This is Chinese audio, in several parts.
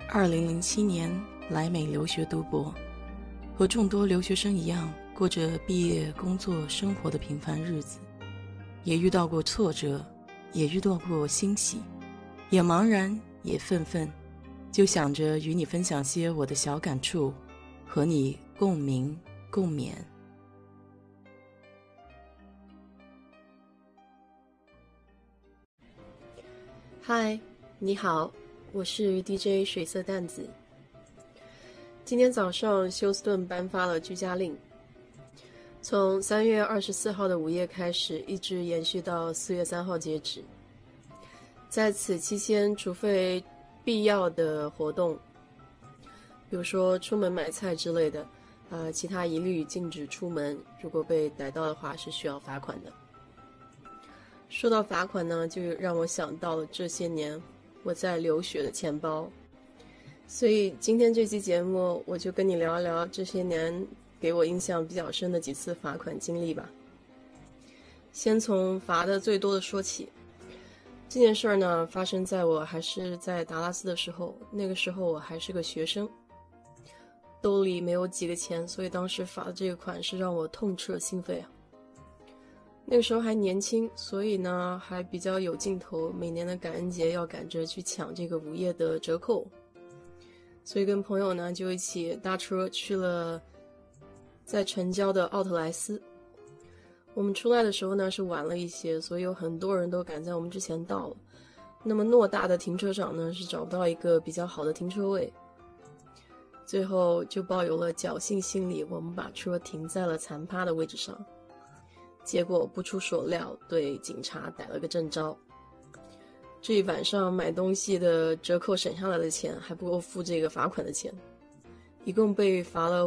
2007年来美留学读博，和众多留学生一样，过着毕业、工作、生活的平凡日子，也遇到过挫折，也遇到过欣喜，也茫然，也愤愤，就想着与你分享些我的小感触，和你共鸣共勉。 嗨，你好，我是 DJ 水色淡子。今天早上休斯顿颁发了居家令，从3月24号的午夜开始，一直延续到4月3号截止。在此期间，除非必要的活动，比如说出门买菜之类的，其他一律禁止出门。如果被逮到的话，是需要罚款的。说到罚款呢，就让我想到了这些年我在留学的钱包。所以今天这期节目，我就跟你聊一聊这些年给我印象比较深的几次罚款经历吧。先从罚的最多的说起。这件事儿呢，发生在我还是在达拉斯的时候，那个时候我还是个学生，兜里没有几个钱，所以当时罚的这个款是让我痛彻心扉啊。那个时候还年轻，所以呢还比较有劲头，每年的感恩节要赶着去抢这个午夜的折扣，所以跟朋友呢就一起搭车去了在城郊的奥特莱斯。我们出来的时候呢是晚了一些，所以有很多人都赶在我们之前到了。那么偌大的停车场呢是找不到一个比较好的停车位，最后就抱有了侥幸心理，我们把车停在了残趴的位置上。结果不出所料，对警察逮了个正着。这一晚上买东西的折扣省下来的钱还不够付这个罚款的钱，一共被罚了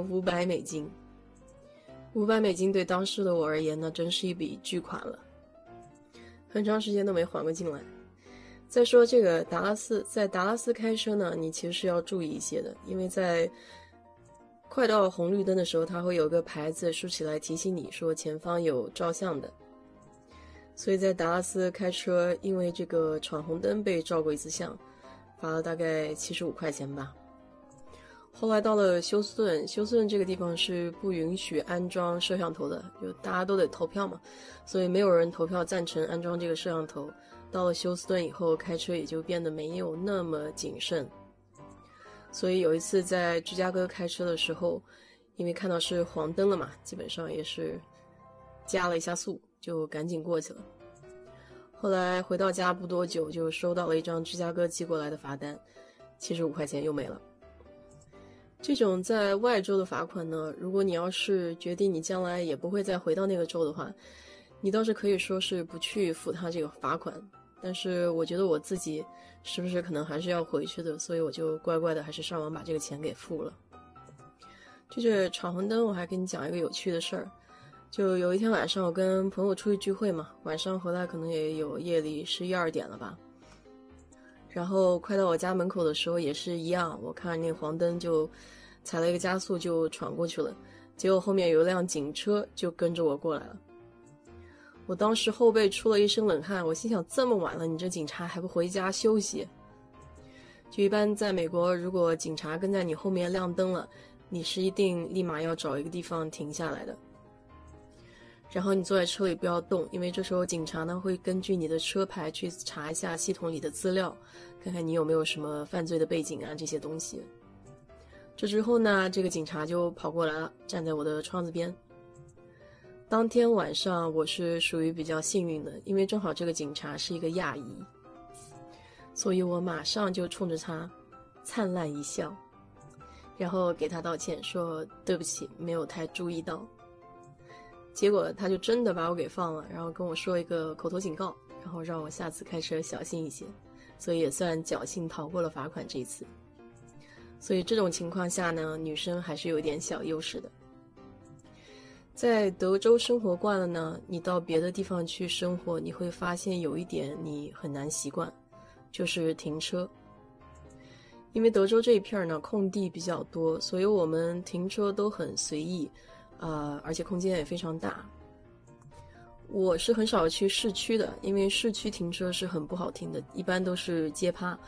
$500。$500对当时的我而言呢，真是一笔巨款了，很长时间都没还过进来。再说这个在达拉斯开车呢，你其实是要注意一些的，因为在快到红绿灯的时候，它会有个牌子竖起来提醒你说前方有照相的。所以在达拉斯开车，因为这个闯红灯被照过一次相，罚了大概75块钱吧。后来到了休斯顿这个地方是不允许安装摄像头的，就大家都得投票嘛，所以没有人投票赞成安装这个摄像头。到了休斯顿以后，开车也就变得没有那么谨慎。所以有一次在芝加哥开车的时候，因为看到是黄灯了嘛，基本上也是加了一下速，就赶紧过去了。后来回到家不多久，就收到了一张芝加哥寄过来的罚单，75块钱又没了。这种在外州的罚款呢，如果你要是决定你将来也不会再回到那个州的话，你倒是可以说是不去付他这个罚款。但是我觉得我自己是不是可能还是要回去的，所以我就乖乖的还是上网把这个钱给付了。就是闯红灯，我还跟你讲一个有趣的事儿。就有一天晚上我跟朋友出去聚会嘛，晚上回来可能也有夜里11、12点了吧。然后快到我家门口的时候也是一样，我看那个黄灯就踩了一个加速就闯过去了，结果后面有一辆警车就跟着我过来了。我当时后背出了一身冷汗，我心想这么晚了，你这警察还不回家休息？就一般在美国，如果警察跟在你后面亮灯了，你是一定立马要找一个地方停下来的。然后你坐在车里不要动，因为这时候警察呢会根据你的车牌去查一下系统里的资料，看看你有没有什么犯罪的背景啊这些东西。这之后呢，这个警察就跑过来了，站在我的窗子边。当天晚上我是属于比较幸运的，因为正好这个警察是一个亚裔，所以我马上就冲着他灿烂一笑，然后给他道歉说对不起，没有太注意到。结果他就真的把我给放了，然后跟我说一个口头警告，然后让我下次开车小心一些，所以也算侥幸逃过了罚款这一次。所以这种情况下呢，女生还是有一点小优势的。在德州生活惯了呢，你到别的地方去生活，你会发现有一点你很难习惯，就是停车。因为德州这一片呢，空地比较多，所以我们停车都很随意，而且空间也非常大。我是很少去市区的，因为市区停车是很不好停的，一般都是街趴，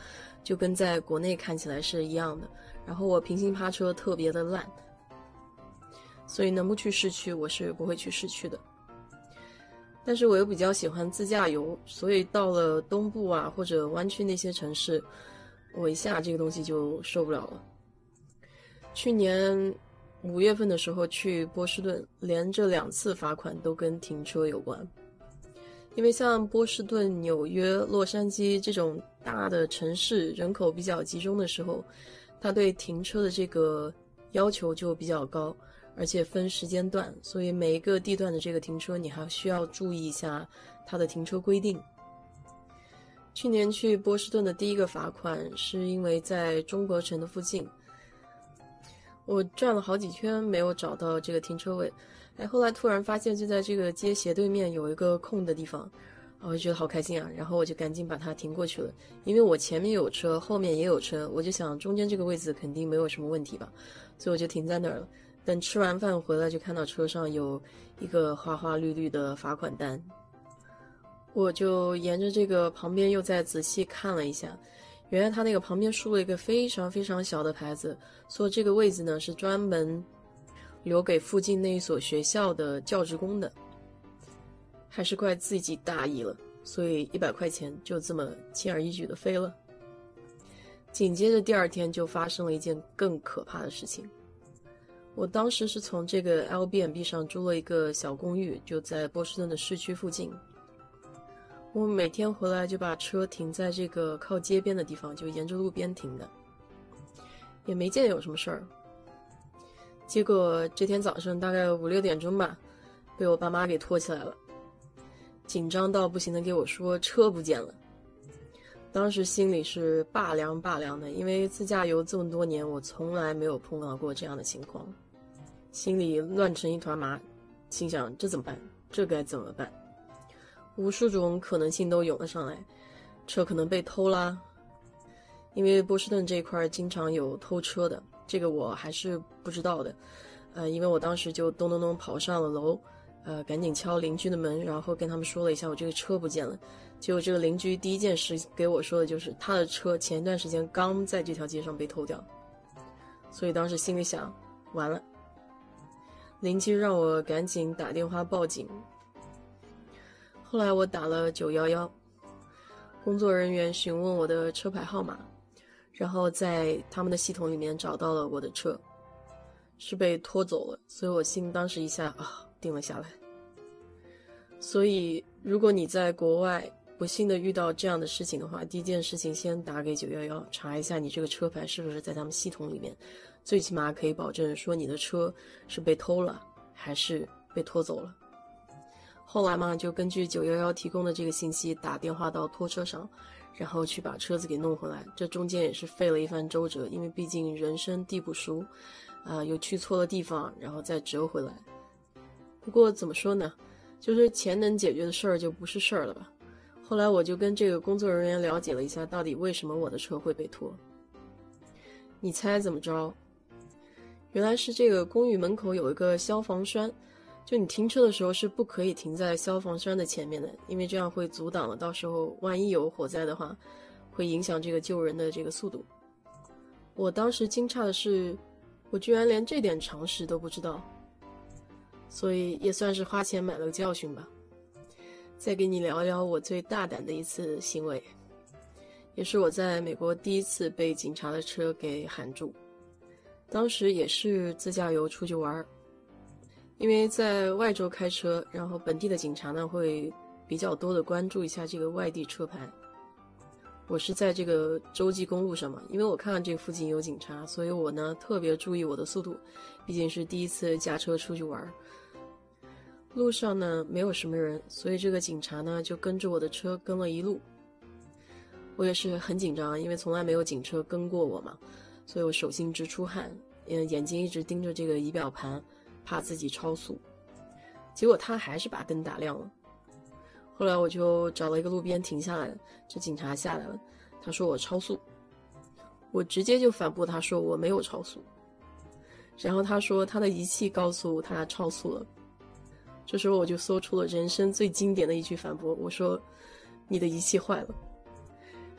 就跟在国内看起来是一样的。然后我平行趴车特别的烂，所以能不去市区我是不会去市区的。但是我又比较喜欢自驾游，所以到了东部啊或者湾区那些城市，我一下这个东西就受不了了。去年5月份的时候去波士顿，连着2次罚款都跟停车有关。因为像波士顿、纽约、洛杉矶这种大的城市人口比较集中的时候，它对停车的这个要求就比较高，而且分时间段，所以每一个地段的这个停车你还需要注意一下它的停车规定。去年去波士顿的第一个罚款是因为在中国城的附近，我转了好几圈没有找到这个停车位，后来突然发现就在这个街斜对面有一个空的地方，我就觉得好开心啊，然后我就赶紧把它停过去了。因为我前面有车，后面也有车，我就想中间这个位置肯定没有什么问题吧，所以我就停在那儿了。等吃完饭回来就看到车上有一个花花绿绿的罚款单，我就沿着这个旁边又再仔细看了一下，原来他那个旁边竖了一个非常非常小的牌子，说这个位置呢是专门留给附近那一所学校的教职工的。还是怪自己大意了，所以100块钱就这么轻而易举的飞了。紧接着第2天就发生了一件更可怕的事情。我当时是从这个 Airbnb 上租了一个小公寓，就在波士顿的市区附近。我每天回来就把车停在这个靠街边的地方，就沿着路边停的，也没见有什么事儿。结果这天早上大概5、6点钟吧，被我爸妈给拖起来了，紧张到不行的给我说车不见了。当时心里是拔凉的，因为自驾游这么多年，我从来没有碰到过这样的情况，心里乱成一团麻，心想这怎么办？这该怎么办？无数种可能性都涌了上来，车可能被偷啦，因为波士顿这一块经常有偷车的，这个我还是不知道的。因为我当时就咚咚咚跑上了楼，赶紧敲邻居的门，然后跟他们说了一下我这个车不见了。结果这个邻居第一件事给我说的就是他的车前一段时间刚在这条街上被偷掉，所以当时心里想完了，邻居让我赶紧打电话报警。后来我打了911，工作人员询问我的车牌号码，然后在他们的系统里面找到了我的车是被拖走了，所以我心当时一下定了下来。所以如果你在国外不幸的遇到这样的事情的话，第一件事情先打给911，查一下你这个车牌是不是在他们系统里面，最起码可以保证说你的车是被偷了还是被拖走了。后来嘛，就根据911提供的这个信息打电话到拖车上，然后去把车子给弄回来。这中间也是费了一番周折，因为毕竟人生地不熟，有去错的地方，然后再折回来。不过怎么说呢，就是钱能解决的事儿就不是事儿了吧。后来我就跟这个工作人员了解了一下，到底为什么我的车会被拖。你猜怎么着？原来是这个公寓门口有一个消防栓，就你停车的时候是不可以停在消防栓的前面的，因为这样会阻挡了到时候万一有火灾的话，会影响这个救人的这个速度。我当时惊诧的是，我居然连这点常识都不知道，所以也算是花钱买了个教训吧。再给你聊聊我最大胆的一次行为，也是我在美国第一次被警察的车给喊住。当时也是自驾游出去玩，因为在外州开车，然后本地的警察呢会比较多的关注一下这个外地车牌。我是在这个洲际公路上嘛，因为我看到这附近有警察，所以我呢特别注意我的速度，毕竟是第一次驾车出去玩。路上呢没有什么人，所以这个警察呢就跟着我的车跟了一路。我也是很紧张，因为从来没有警车跟过我嘛，所以我手心直出汗，眼睛一直盯着这个仪表盘，怕自己超速。结果他还是把灯打亮了。后来我就找了一个路边停下来，这警察下来了，他说我超速，我直接就反驳他说我没有超速，然后他说他的仪器告诉他超速了。这时候我就说出了人生最经典的一句反驳，我说你的仪器坏了。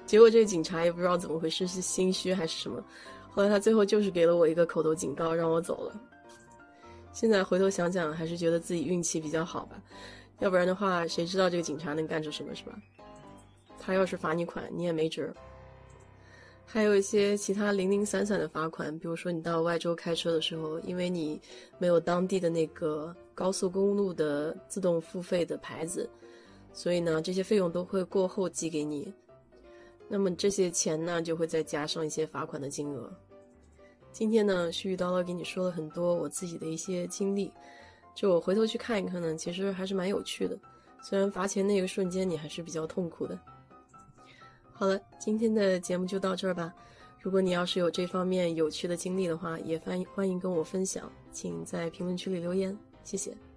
结果这个警察也不知道怎么回事，是心虚还是什么，后来他最后就是给了我一个口头警告，让我走了。现在回头想想，还是觉得自己运气比较好吧，要不然的话，谁知道这个警察能干出什么，是吧？他要是罚你款，你也没辙。还有一些其他零零散散的罚款，比如说你到外州开车的时候，因为你没有当地的那个高速公路的自动付费的牌子，所以呢，这些费用都会过后寄给你。那么这些钱呢，就会再加上一些罚款的金额。今天呢，絮絮叨叨给你说了很多我自己的一些经历，就我回头去看一看呢，其实还是蛮有趣的。虽然罚钱那个瞬间你还是比较痛苦的。好了，今天的节目就到这儿吧。如果你要是有这方面有趣的经历的话，也欢迎跟我分享，请在评论区里留言，谢谢。